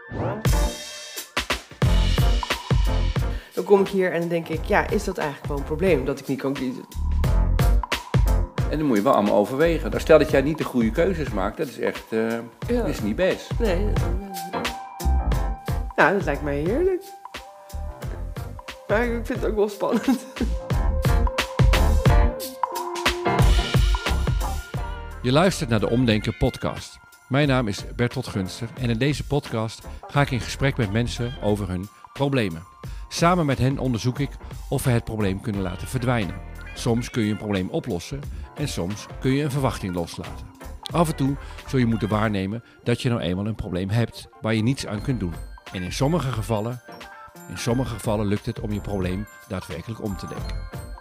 Dan kom ik hier en dan denk ik, ja, is dat eigenlijk wel een probleem dat ik niet kan kiezen? En dan moet je wel allemaal overwegen. Nou, stel dat jij niet de goede keuzes maakt, dat is echt dat is niet best. Nee. Nou, dat lijkt mij heerlijk. Maar ik vind het ook wel spannend. Je luistert naar de Omdenken podcast. Mijn naam is Bertolt Gunster en in deze podcast ga ik in gesprek met mensen over hun problemen. Samen met hen onderzoek ik of we het probleem kunnen laten verdwijnen. Soms kun je een probleem oplossen en soms kun je een verwachting loslaten. Af en toe zul je moeten waarnemen dat je nou eenmaal een probleem hebt waar je niets aan kunt doen. En in sommige gevallen lukt het om je probleem daadwerkelijk om te denken.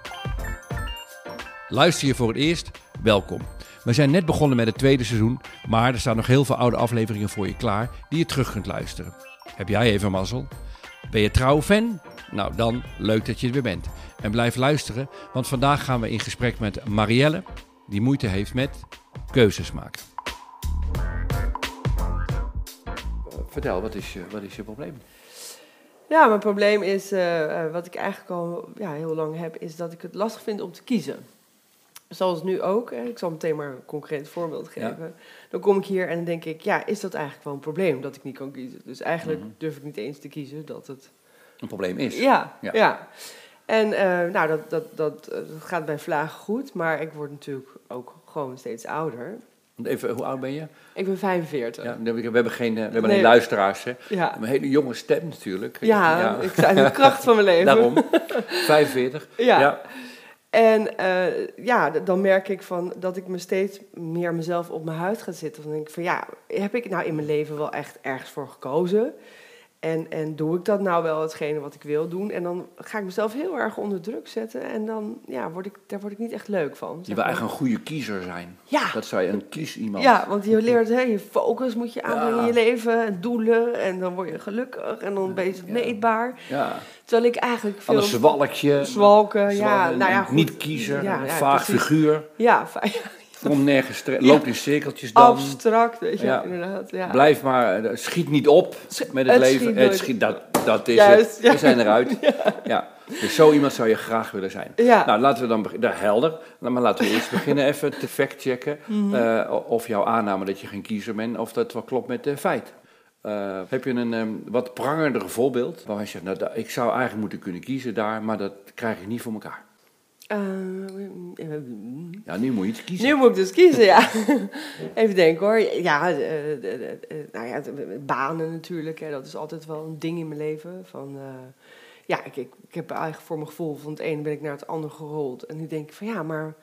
Luister je voor het eerst? Welkom. We zijn net begonnen met het tweede seizoen, maar er staan nog heel veel oude afleveringen voor je klaar die je terug kunt luisteren. Heb jij even mazzel? Ben je trouw fan? Nou dan, leuk dat je er weer bent. En blijf luisteren, want vandaag gaan we in gesprek met Marielle, die moeite heeft met keuzes maken. Vertel, wat is je probleem? Ja, mijn probleem is, wat ik eigenlijk al heel lang heb, is dat ik het lastig vind om te kiezen. Zoals nu ook. Ik zal meteen maar een concreet voorbeeld geven. Ja. Dan kom ik hier en dan denk ik, ja, is dat eigenlijk wel een probleem dat ik niet kan kiezen? Dus eigenlijk durf ik niet eens te kiezen dat het een probleem is. Ja. En dat gaat bij vlagen goed, maar ik word natuurlijk ook gewoon steeds ouder. Even, hoe oud ben je? Ik ben 45. Ja, we hebben geen luisteraars, hè? Ja. Een hele jonge stem natuurlijk. Ja, ik sta in de kracht van mijn leven. Daarom, 45. Ja. En dan merk ik dat ik me steeds meer mezelf op mijn huid ga zitten. Dan denk ik van, ja, heb ik nou in mijn leven wel echt ergens voor gekozen? En doe ik dat nou wel hetgene wat ik wil doen? En dan ga ik mezelf heel erg onder druk zetten. En dan word ik niet echt leuk van. Je wil eigenlijk een goede kiezer zijn. Ja. Dat zou je een kies iemand. Ja, want je leert, je focus moet je aanbrengen in je leven. En doelen. En dan word je gelukkig. En dan ben je het meetbaar. Ja. Terwijl ik eigenlijk veel... Een zwalken. Niet kiezer. Vaag figuur. Ja, Kom nergens loopt in cirkeltjes dan. Abstract, weet je, inderdaad. Ja. Blijf maar, schiet niet op met het leven. Dat is juist, het. We zijn eruit. Ja. Dus zo iemand zou je graag willen zijn. Ja. Nou, laten we dan beginnen. Helder. Maar laten we eerst beginnen even te factchecken. Of jouw aanname dat je geen kiezer bent, of dat wel klopt met de feit. Heb je een wat prangerder voorbeeld? Waar je zegt, nou, ik zou eigenlijk moeten kunnen kiezen daar, maar dat krijg ik niet voor elkaar. Ja, nu moet je iets kiezen. Nu moet ik dus kiezen, ja. Even denken hoor. Ja, banen natuurlijk. Hè. Dat is altijd wel een ding in mijn leven. Ik heb eigenlijk voor mijn gevoel van het ene ben ik naar het andere gerold. En nu denk ik van ja, maar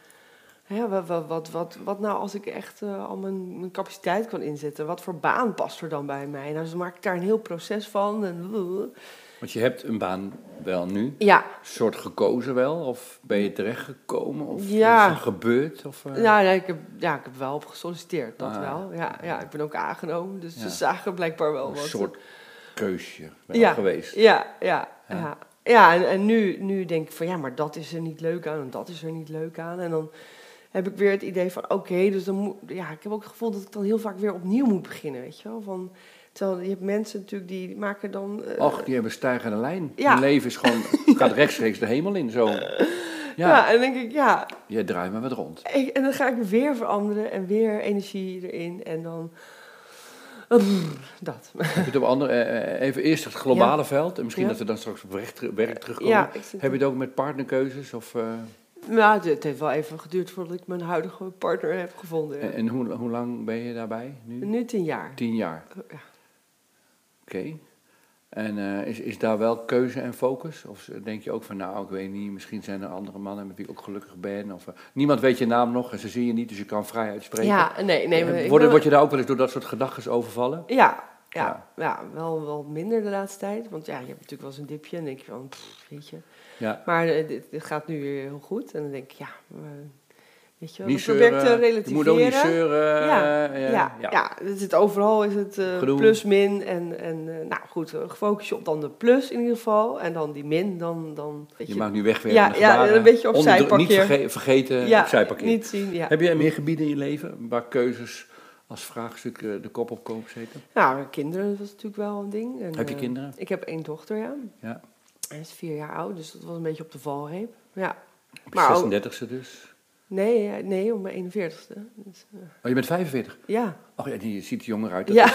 wat nou als ik echt al mijn capaciteit kan inzetten? Wat voor baan past er dan bij mij? Nou, dus maak ik daar een heel proces van. Want je hebt een baan wel nu? Ja. Een soort gekozen wel? Of ben je terechtgekomen? Of is het gebeurd? Of, ik heb wel op gesolliciteerd, dat wel. Ja, ik ben ook aangenomen, dus ze zagen blijkbaar wel wat. Een soort keusje geweest. Ja, en nu denk ik van ja, maar dat is er niet leuk aan en dat is er niet leuk aan. En dan heb ik weer het idee van oké, dus dan ik heb ook het gevoel dat ik dan heel vaak weer opnieuw moet beginnen, weet je wel. Terwijl je hebt mensen natuurlijk die maken dan... die hebben stijgende lijn. Ja. Hun leven is gewoon, gaat rechtstreeks de hemel in, zo. Ja, en dan denk ik, Je draait maar wat rond. En dan ga ik weer veranderen en weer energie erin en dan... dat. Heb je het op andere... even eerst het globale veld en misschien dat we dan straks op werk terugkomen. Ja, heb je het ook met partnerkeuzes of... Nou, het heeft wel even geduurd voordat ik mijn huidige partner heb gevonden. Ja. En hoe lang ben je daarbij nu? Nu 10 jaar. 10 jaar? Ja. Oké. En is daar wel keuze en focus? Of denk je ook van, nou, ik weet niet, misschien zijn er andere mannen met wie ik ook gelukkig ben? Of niemand weet je naam nog en ze zien je niet, dus je kan vrij uitspreken. Ja, nee. Word je daar ook wel eens door dat soort gedachten overvallen? Ja, wel minder de laatste tijd. Want je hebt natuurlijk wel eens een dipje en dan denk je van, weet je. Ja. Maar dit gaat nu weer heel goed. En dan denk ik, weet je wel, niet probeer te relativeren. Je moet ook niet zeuren. Het zit overal is het plus, min. En goed, focus je op dan de plus in ieder geval. En dan die min, dan je maakt nu wegwerken. Ja, een beetje opzij parkeren. Niet vergeten opzij parkeren. Niet zien, Heb jij meer gebieden in je leven waar keuzes als vraagstuk de kop op komen gezeten? Nou, kinderen, dat was natuurlijk wel een ding. En, Heb je kinderen? Ik heb 1 dochter, ja. Ja. Hij is 4 jaar oud, dus dat was een beetje op de valreep. Ja. Op Maar 36e dus? Nee, op mijn 41ste. Dus, Oh, je bent 45? Ja. Oh ja, je ziet er jonger uit. Ja.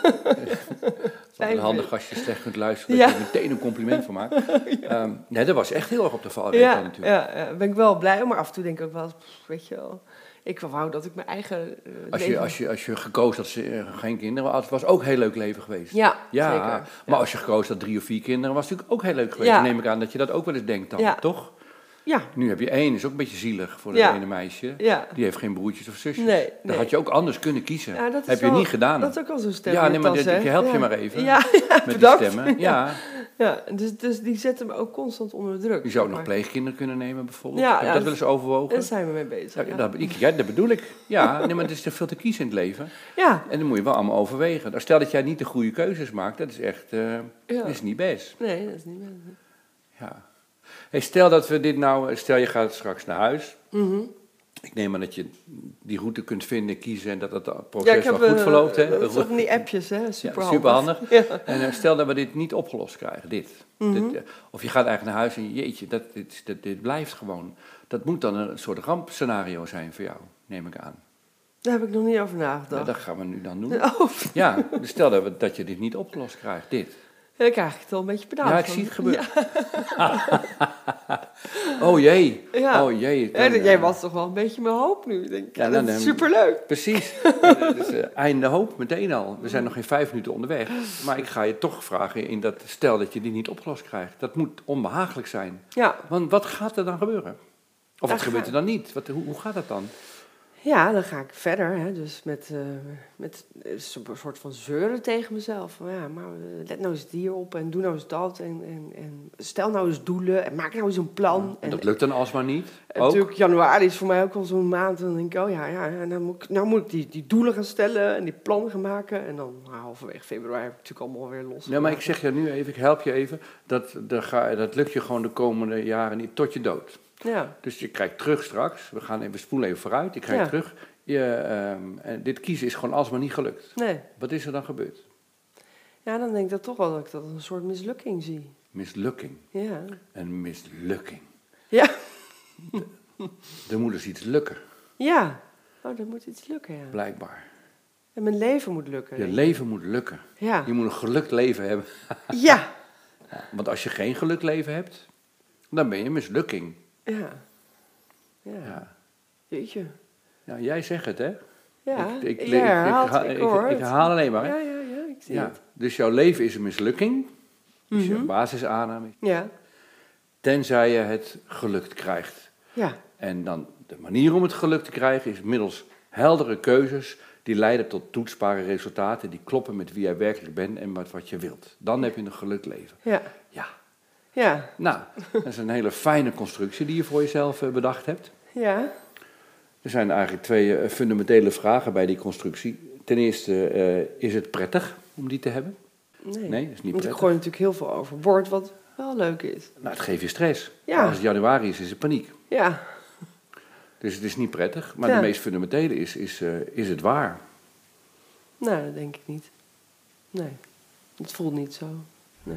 Dat is handig als je slecht kunt luisteren, dat je er meteen een compliment van maakt. Nee, dat was echt heel erg op de valreep natuurlijk. Ja, ben ik wel blij, maar af en toe denk ik ook wel, weet je wel, ik wou dat ik mijn eigen leven... Als je gekozen had geen kinderen, het was ook een heel leuk leven geweest. Ja, zeker. Maar als je gekozen had 3 of 4 kinderen, was het natuurlijk ook heel leuk geweest. Dan neem ik aan dat je dat ook wel eens denkt dan, toch? Ja. Nu heb je 1, is ook een beetje zielig voor dat ene meisje. Ja. Die heeft geen broertjes of zusjes. Nee. Dat had je ook anders kunnen kiezen. Ja, dat heb je niet gedaan. Dat is ook al zo'n stem. Ja, nee, maar ik help je maar even. Ja, met bedankt. die stemmen. Ja. Ja, dus die zetten me ook constant onder druk. Je zou nog pleegkinderen kunnen nemen bijvoorbeeld. Ja, heb je dat wel eens overwogen? Daar zijn we mee bezig. Dat bedoel ik. Ja, nee, maar het is te veel te kiezen in het leven. Ja. En dan moet je wel allemaal overwegen. Nou, stel dat jij niet de goede keuzes maakt, dat is echt dat is niet best. Nee, dat is niet best. Ja. Hey, stel je gaat straks naar huis. Ik neem aan dat je die route kunt vinden, kiezen en dat het proces wel goed verloopt. Dat is ook van die appjes, hè? Superhandig. Ja. En stel dat we dit niet opgelost krijgen, of je gaat eigenlijk naar huis en jeetje, dit blijft gewoon. Dat moet dan een soort rampscenario zijn voor jou, neem ik aan. Daar heb ik nog niet over nagedacht. Ja, dat gaan we nu dan doen. Oh. Ja, dus stel dat je dit niet opgelost krijgt, dit. Ja, dan krijg ik het al een beetje pedant. Ja, ik zie het gebeuren. Ja. Oh jee. Ja. Oh jee. Jij was toch wel een beetje mijn hoop nu. Denk ik. Dat is superleuk. Precies. Dus, einde hoop, meteen al. We zijn nog geen 5 minuten onderweg. Maar ik ga je toch vragen, stel dat je die niet opgelost krijgt. Dat moet onbehagelijk zijn. Ja. Want wat gaat er dan gebeuren? Of wat gebeurt er dan niet? Hoe gaat dat dan? Ja, dan ga ik verder, hè, dus met een soort van zeuren tegen mezelf. Ja, maar let nou eens hierop en doe nou eens dat en stel nou eens doelen en maak nou eens een plan. Ja, en dat lukt dan alsmaar niet? Natuurlijk, januari is voor mij ook wel zo'n maand en dan denk ik, oh ja, nou moet ik die doelen gaan stellen en die plannen gaan maken. En dan halverwege februari heb ik natuurlijk allemaal weer los. Nee, maar ik zeg je nu even, ik help je even, dat lukt je gewoon de komende jaren niet tot je dood. Ja. Dus je krijgt terug straks, we spoelen even vooruit, je krijgt terug. Dit kiezen is gewoon alsmaar niet gelukt. Nee. Wat is er dan gebeurd? Ja, dan denk ik dat toch wel dat ik dat een soort mislukking zie. Mislukking? Ja. Een mislukking. Ja. Er moet dus iets lukken. Ja. Oh, er moet iets lukken, ja. Blijkbaar. En mijn leven moet lukken. Je leven moet lukken. Ja. Je moet een gelukt leven hebben. Ja. Want als je geen gelukt leven hebt, dan ben je een mislukking. Ja. Jeetje. Ja, jij zegt het, hè? Ja, ik herhaal alleen maar, hè? Ja, ik zie het. Dus jouw leven is een mislukking. Dus je basisaanname. Ja. Tenzij je het gelukt krijgt. Ja. En dan de manier om het gelukt te krijgen is middels heldere keuzes die leiden tot toetsbare resultaten die kloppen met wie jij werkelijk bent en wat je wilt. Dan heb je een gelukt leven. Ja. Ja. Ja. Nou, dat is een hele fijne constructie die je voor jezelf bedacht hebt. Ja. Er zijn eigenlijk 2 fundamentele vragen bij die constructie. Ten eerste, is het prettig om die te hebben? Nee, dat is niet prettig. Want ik gooi natuurlijk heel veel overboord wat wel leuk is. Nou, het geeft je stress. Ja. Als het januari is het paniek. Ja. Dus het is niet prettig. Maar de meest fundamentele is het waar? Nou, dat denk ik niet. Nee, het voelt niet zo. Nee.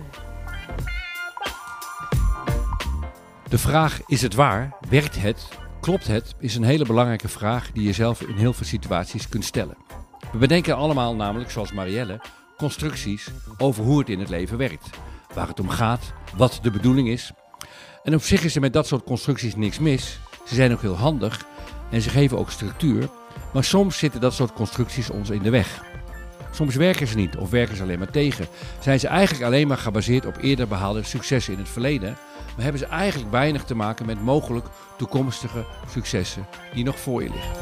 De vraag, is het waar? Werkt het? Klopt het? Is een hele belangrijke vraag die je zelf in heel veel situaties kunt stellen. We bedenken allemaal namelijk, zoals Marielle, constructies over hoe het in het leven werkt. Waar het om gaat, wat de bedoeling is. En op zich is er met dat soort constructies niks mis. Ze zijn ook heel handig en ze geven ook structuur. Maar soms zitten dat soort constructies ons in de weg. Soms werken ze niet of werken ze alleen maar tegen. Zijn ze eigenlijk alleen maar gebaseerd op eerder behaalde successen in het verleden, maar hebben ze eigenlijk weinig te maken met mogelijk toekomstige successen die nog voor je liggen.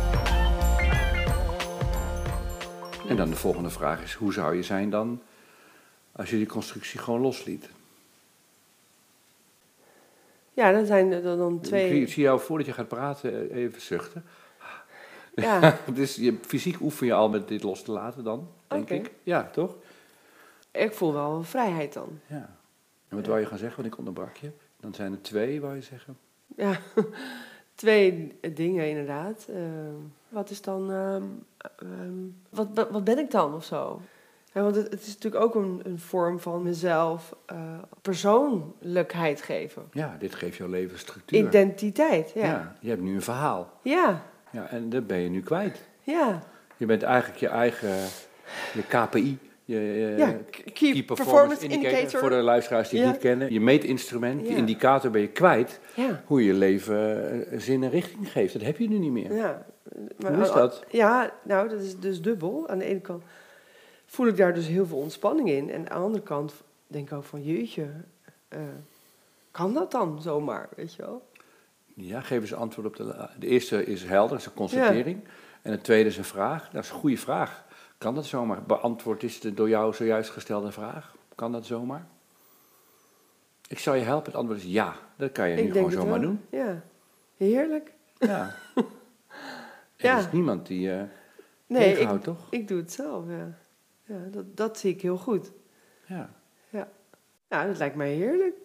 En dan de volgende vraag is, hoe zou je zijn dan als je die constructie gewoon losliet? Ja, dan zijn er dan 2... Ik zie jou voordat je gaat praten even zuchten. Ja. Dus fysiek oefen je al met dit los te laten dan, denk ik. Ja, toch? Ik voel wel vrijheid dan. Ja. En wat wou je gaan zeggen, want ik onderbrak je? Dan zijn er 2, wou je zeggen? Ja, 2 dingen inderdaad. Wat is dan... wat ben ik dan of zo? Ja, want het is natuurlijk ook een vorm van mezelf persoonlijkheid geven. Ja, dit geeft jouw leven structuur. Identiteit, ja. Ja, je hebt nu een verhaal. Ja. Ja, en dat ben je nu kwijt. Ja. Je bent eigenlijk je KPI, Key Performance Indicator. Voor de luisteraars die het niet kennen. Je meetinstrument, je indicator ben je kwijt. Ja. Hoe je leven zin en richting geeft. Dat heb je nu niet meer. Ja. Maar, hoe is dat? Ja, nou, dat is dus dubbel. Aan de ene kant voel ik daar dus heel veel ontspanning in. En aan de andere kant denk ik ook van, jeetje, kan dat dan zomaar, weet je wel? Ja, geef eens antwoord op de eerste is helder, dat is een constatering. Ja. En de tweede is een vraag. Dat is een goede vraag. Kan dat zomaar? Beantwoord is de door jou zojuist gestelde vraag. Kan dat zomaar? Ik zal je helpen. Het antwoord is ja. Dat kan je nu gewoon zomaar doen. Ja, heerlijk. Ja. Er is niemand die tegenhoudt, toch? Ik doe het zelf, ja. Ja, dat zie ik heel goed. Ja. Ja. Ja, dat lijkt mij heerlijk.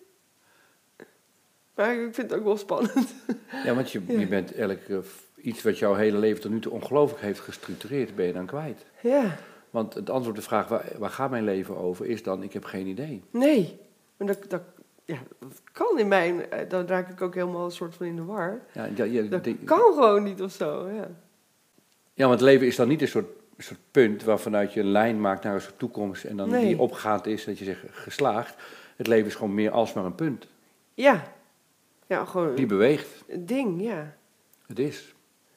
Maar ik vind het ook wel spannend. Ja, want je bent eigenlijk iets wat jouw hele leven tot nu toe ongelooflijk heeft gestructureerd, ben je dan kwijt. Ja. Want het antwoord op de vraag, waar gaat mijn leven over, is dan, ik heb geen idee. Nee, maar dat kan in mijn... Dan raak ik ook helemaal een soort van in de war. Ja, dat kan gewoon niet of zo, ja. Ja, want het leven is dan niet een soort punt waarvanuit je een lijn maakt naar een soort toekomst en dan die opgaand is, dat je zegt geslaagd. Het leven is gewoon meer alsmaar een punt. Ja. Ja, gewoon die beweegt. Een ding, ja. Het is.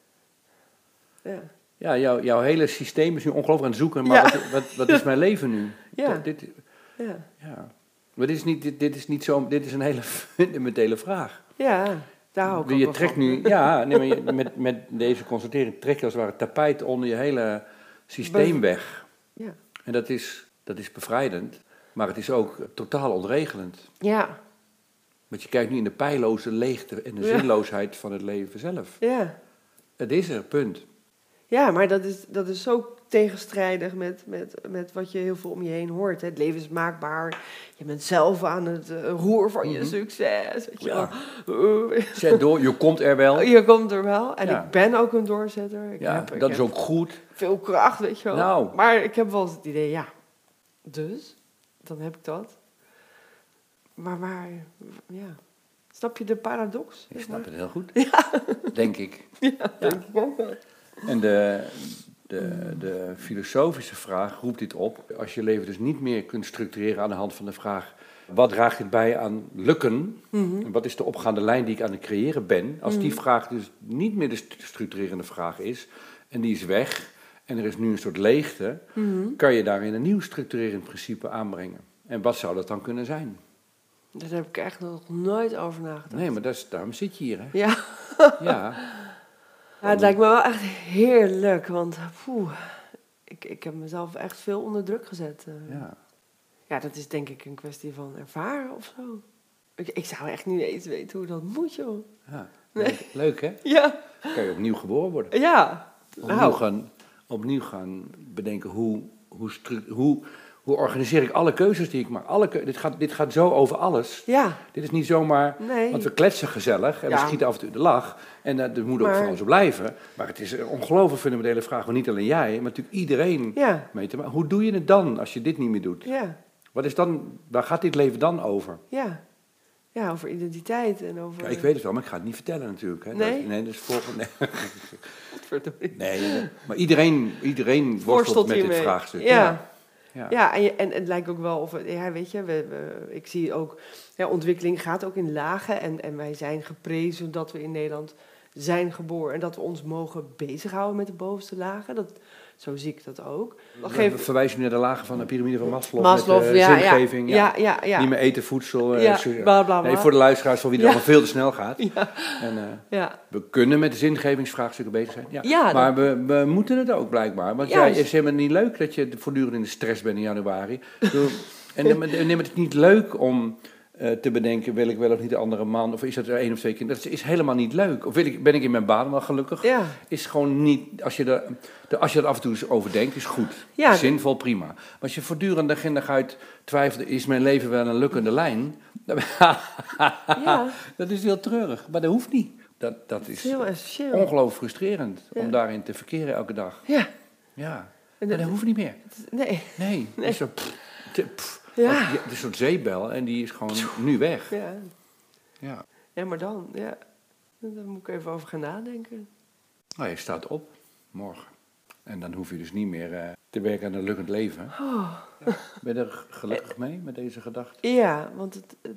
Ja. Ja, jouw hele systeem is nu ongelooflijk aan het zoeken, maar wat is mijn leven nu? Ja. Ja. Maar dit is een hele fundamentele vraag. Ja, daar hou ik ook je wel trekt van. nu, maar met deze constatering trek je als het ware tapijt onder je hele systeem weg. Ja. En dat is bevrijdend, maar het is ook totaal ontregelend. Ja. Want je kijkt nu in de pijloze leegte en de zinloosheid van het leven zelf. Ja. Het is er, punt. Ja, maar dat is zo tegenstrijdig met wat je heel veel om je heen hoort. Het leven is maakbaar. Je bent zelf aan het roer van je succes. Weet je wel. Zet door, je komt er wel. Je komt er wel. En ik ben ook een doorzetter. Ik is ook goed. Veel kracht, weet je wel. Nou. Maar ik heb wel eens het idee, dus, dan heb ik dat. Maar, snap je de paradox? Ik snap het heel goed. Ja. Denk ik. Ja, denk ik ook wel. En de filosofische vraag roept dit op. Als je leven dus niet meer kunt structureren aan de hand van de vraag, wat draagt dit bij aan lukken? En wat is de opgaande lijn die ik aan het creëren ben? Als die vraag dus niet meer de structurerende vraag is, en die is weg, en er is nu een soort leegte, kan je daarin een nieuw structurerend principe aanbrengen. En wat zou dat dan kunnen zijn? Daar heb ik echt nog nooit over nagedacht. Nee, maar daarom zit je hier, hè? Ja. Ja. Ja, het lijkt me wel echt heerlijk, want ik heb mezelf echt veel onder druk gezet. Ja, dat is denk ik een kwestie van ervaren of zo. Ik zou echt niet eens weten hoe dat moet, joh. Ja, nee. Leuk, hè? Ja. Dan kan je opnieuw geboren worden. Ja. Opnieuw gaan bedenken hoe organiseer ik alle keuzes die ik maak. Dit gaat zo over alles. Ja. Dit is niet zomaar, want we kletsen gezellig en we schieten af en toe de lach. En dat moet ook vooral zo blijven. Maar het is een ongelooflijk fundamentele vraag, waar niet alleen jij, maar natuurlijk iedereen mee te maken. Hoe doe je het dan als je dit niet meer doet? Ja. Waar gaat dit leven dan over? Ja. Ja, over identiteit en over... Ja, ik weet het wel, maar ik ga het niet vertellen natuurlijk. Hè. Nee? Dat is volgende... Nee, maar iedereen worstelt met dit vraagstuk. Ja, en het lijkt ook wel of... Ja, weet je, ik zie ook... ontwikkeling gaat ook in lagen. En wij zijn geprezen dat we in Nederland zijn geboren. En dat we ons mogen bezighouden met de bovenste lagen. Zo zie ik dat ook. Verwijs je naar de lagen van de piramide van Maslow. Met zingeving. Ja. Niet meer eten, voedsel. Bla, bla, bla. Nee, voor de luisteraars van wie het allemaal veel te snel gaat. Ja. We kunnen met de zingevingsvraagstukken bezig zijn. Ja, maar we moeten het ook blijkbaar. Want het is helemaal niet leuk dat je voortdurend in de stress bent in januari. En het is niet leuk om te bedenken, wil ik wel of niet een andere man? Of is dat er 1 of 2 kinderen? Dat is helemaal niet leuk. Of ben ik in mijn baan wel gelukkig? Ja. Is gewoon niet... Als je er af en toe eens over denkt, is goed. Ja. Zinvol, prima. Maar als je voortdurend daarin uit twijfelt, is mijn leven wel een lukkende lijn? Dat is heel treurig. Maar dat hoeft niet. Dat is heel essentieel. Ongelooflijk frustrerend om daarin te verkeren elke dag. Ja. Ja. En dat hoeft niet meer. Nee. Het is zo... Het is zo'n zeebel en die is gewoon nu weg. Ja, maar dan, daar moet ik even over gaan nadenken. Nou, je staat op morgen. En dan hoef je dus niet meer te werken aan een lukkend leven. Oh. Ja. Ben je er gelukkig mee met deze gedachte? Ja, want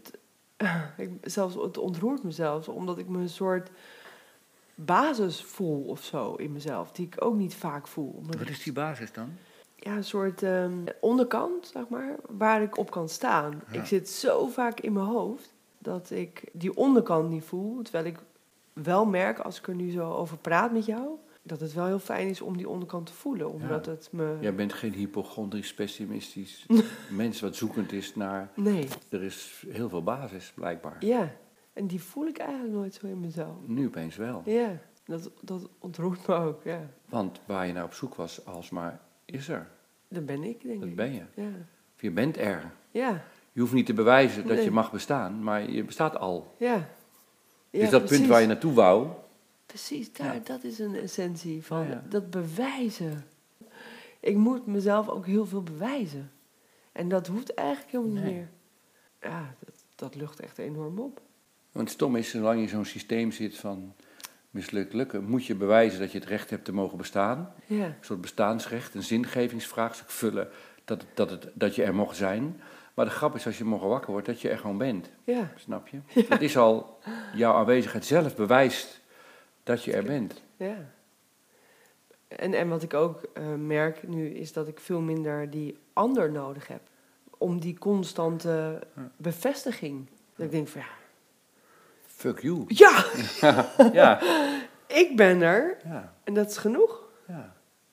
het ontroert me zelfs, omdat ik me een soort basis voel of zo in mezelf, die ik ook niet vaak voel. Wat is die basis dan? Ja, een soort onderkant, zeg maar, waar ik op kan staan. Ja. Ik zit zo vaak in mijn hoofd dat ik die onderkant niet voel, terwijl ik wel merk, als ik er nu zo over praat met jou, dat het wel heel fijn is om die onderkant te voelen, omdat het me... Jij bent geen hypochondrisch, pessimistisch mens wat zoekend is naar... Nee. Er is heel veel basis, blijkbaar. Ja, en die voel ik eigenlijk nooit zo in mezelf. Nu opeens wel. Ja, dat ontroert me ook, ja. Want waar je naar op zoek was, alsmaar is er. Dat ben ik, denk ik. Dat ben je. Ja. Of je bent er. Ja. Je hoeft niet te bewijzen dat je mag bestaan, maar je bestaat al. Ja. Dus dat punt waar je naartoe wou... Precies, dat is een essentie van dat bewijzen. Ik moet mezelf ook heel veel bewijzen. En dat hoeft eigenlijk helemaal niet meer. Ja, dat lucht echt enorm op. Want stom is, zolang je in zo'n systeem zit van mislukt lukken, moet je bewijzen dat je het recht hebt te mogen bestaan. Ja. Een soort bestaansrecht, een zingevingsvraagstuk vullen, dat je er mocht zijn. Maar de grap is, als je morgen wakker wordt, dat je er gewoon bent. Ja. Snap je? Ja. Het is al, jouw aanwezigheid zelf bewijst dat je er bent. Ja. En wat ik ook merk nu, is dat ik veel minder die ander nodig heb. Om die constante bevestiging. Dat ik denk van fuck you. Ja! Ja. Ik ben er. Ja. En dat is genoeg. Ja.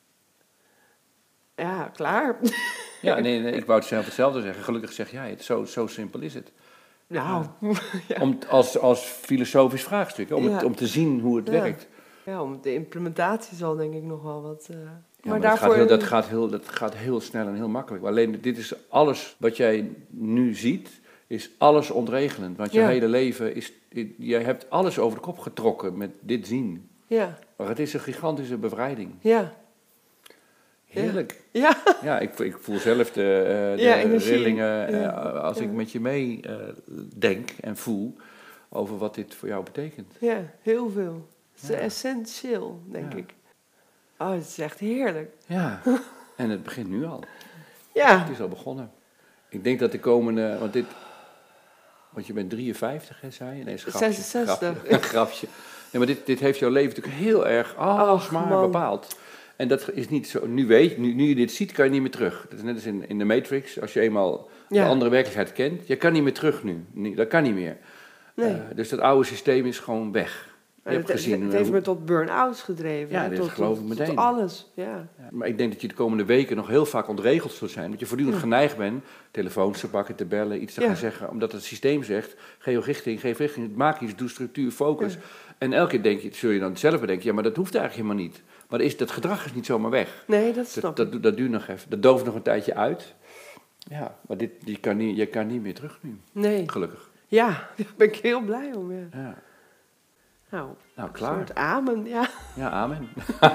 Ja, klaar. Ja, nee, ik wou het zelf hetzelfde zeggen. Gelukkig zeg jij het. Zo simpel is het. Nou. Ja. Als filosofisch vraagstuk. Om te zien hoe het werkt. Ja, om de implementatie zal denk ik nog wel wat... maar daarvoor... dat gaat heel snel en heel makkelijk. Alleen dit is alles wat jij nu ziet, is alles ontregelend. Want je hele leven is... Jij hebt alles over de kop getrokken met dit zien. Ja. Maar het is een gigantische bevrijding. Ja. Heerlijk. Ja. Ja, ik voel zelf de rillingen als ik met je mee denk en voel over wat dit voor jou betekent. Ja, heel veel. Het is essentieel, denk ik. Oh, het is echt heerlijk. Ja, en het begint nu al. Ja. Het is al begonnen. Ik denk dat de komende... Want je bent 53, hè, zei je? Nee, is 66. Grapje. Nee, maar dit heeft jouw leven natuurlijk heel erg bepaald. En dat is niet zo... Nu je dit ziet, kan je niet meer terug. Dat is net als in de Matrix. Als je eenmaal de andere werkelijkheid kent, je kan niet meer terug nu. Dat kan niet meer. Nee. Dus dat oude systeem is gewoon weg. Het heeft me tot burn-outs gedreven. Ja, dat geloof ik meteen. Tot alles, ja. Maar ik denk dat je de komende weken nog heel vaak ontregeld zult zijn. Dat je voortdurend geneigd bent telefoons te pakken, te bellen, iets te gaan zeggen. Omdat het systeem zegt, geef richting, maak iets, doe structuur, focus. Ja. En elke keer zul je dan zelf bedenken, ja, maar dat hoeft eigenlijk helemaal niet. Maar dat gedrag is niet zomaar weg. Nee, dat snap ik. Dat duurt nog even. Dat dooft nog een tijdje uit. Ja, maar je kan niet meer terug nu. Nee. Gelukkig. Ja, daar ben ik heel blij om. Ja. Nou, klaar. Een soort amen, ja. Ja, amen.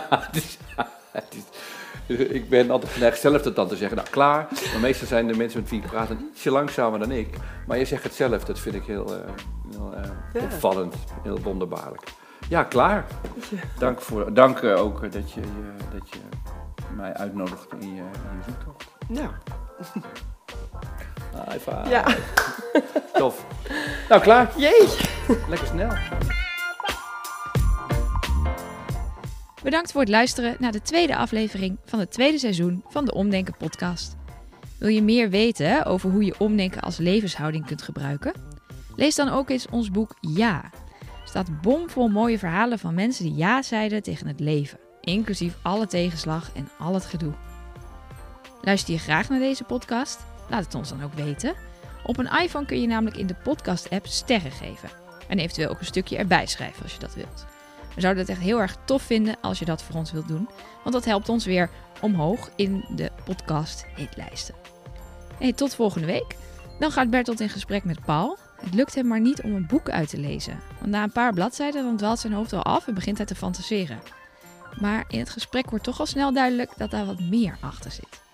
Ik ben altijd geneigd zelf dat dan te zeggen. Nou, klaar. Maar meestal zijn de mensen met wie ik praat ietsje langzamer dan ik. Maar je zegt het zelf. Dat vind ik heel opvallend. Heel wonderbaarlijk. Ja, klaar. Dank ook dat je mij uitnodigt in je zoektocht. Nou. High five. Ja. Tof. Nou, klaar. Jeetje. Lekker snel. Bedankt voor het luisteren naar de tweede aflevering van het tweede seizoen van de Omdenken podcast. Wil je meer weten over hoe je omdenken als levenshouding kunt gebruiken? Lees dan ook eens ons boek Ja. Er staat bomvol mooie verhalen van mensen die ja zeiden tegen het leven, inclusief alle tegenslag en al het gedoe. Luister je graag naar deze podcast? Laat het ons dan ook weten. Op een iPhone kun je namelijk in de podcast-app sterren geven. En eventueel ook een stukje erbij schrijven als je dat wilt. We zouden het echt heel erg tof vinden als je dat voor ons wilt doen. Want dat helpt ons weer omhoog in de podcast-hitlijsten. Hey, tot volgende week. Dan gaat Bertolt in gesprek met Paul. Het lukt hem maar niet om een boek uit te lezen. Want na een paar bladzijden dan dwaalt zijn hoofd al af en begint hij te fantaseren. Maar in het gesprek wordt toch al snel duidelijk dat daar wat meer achter zit.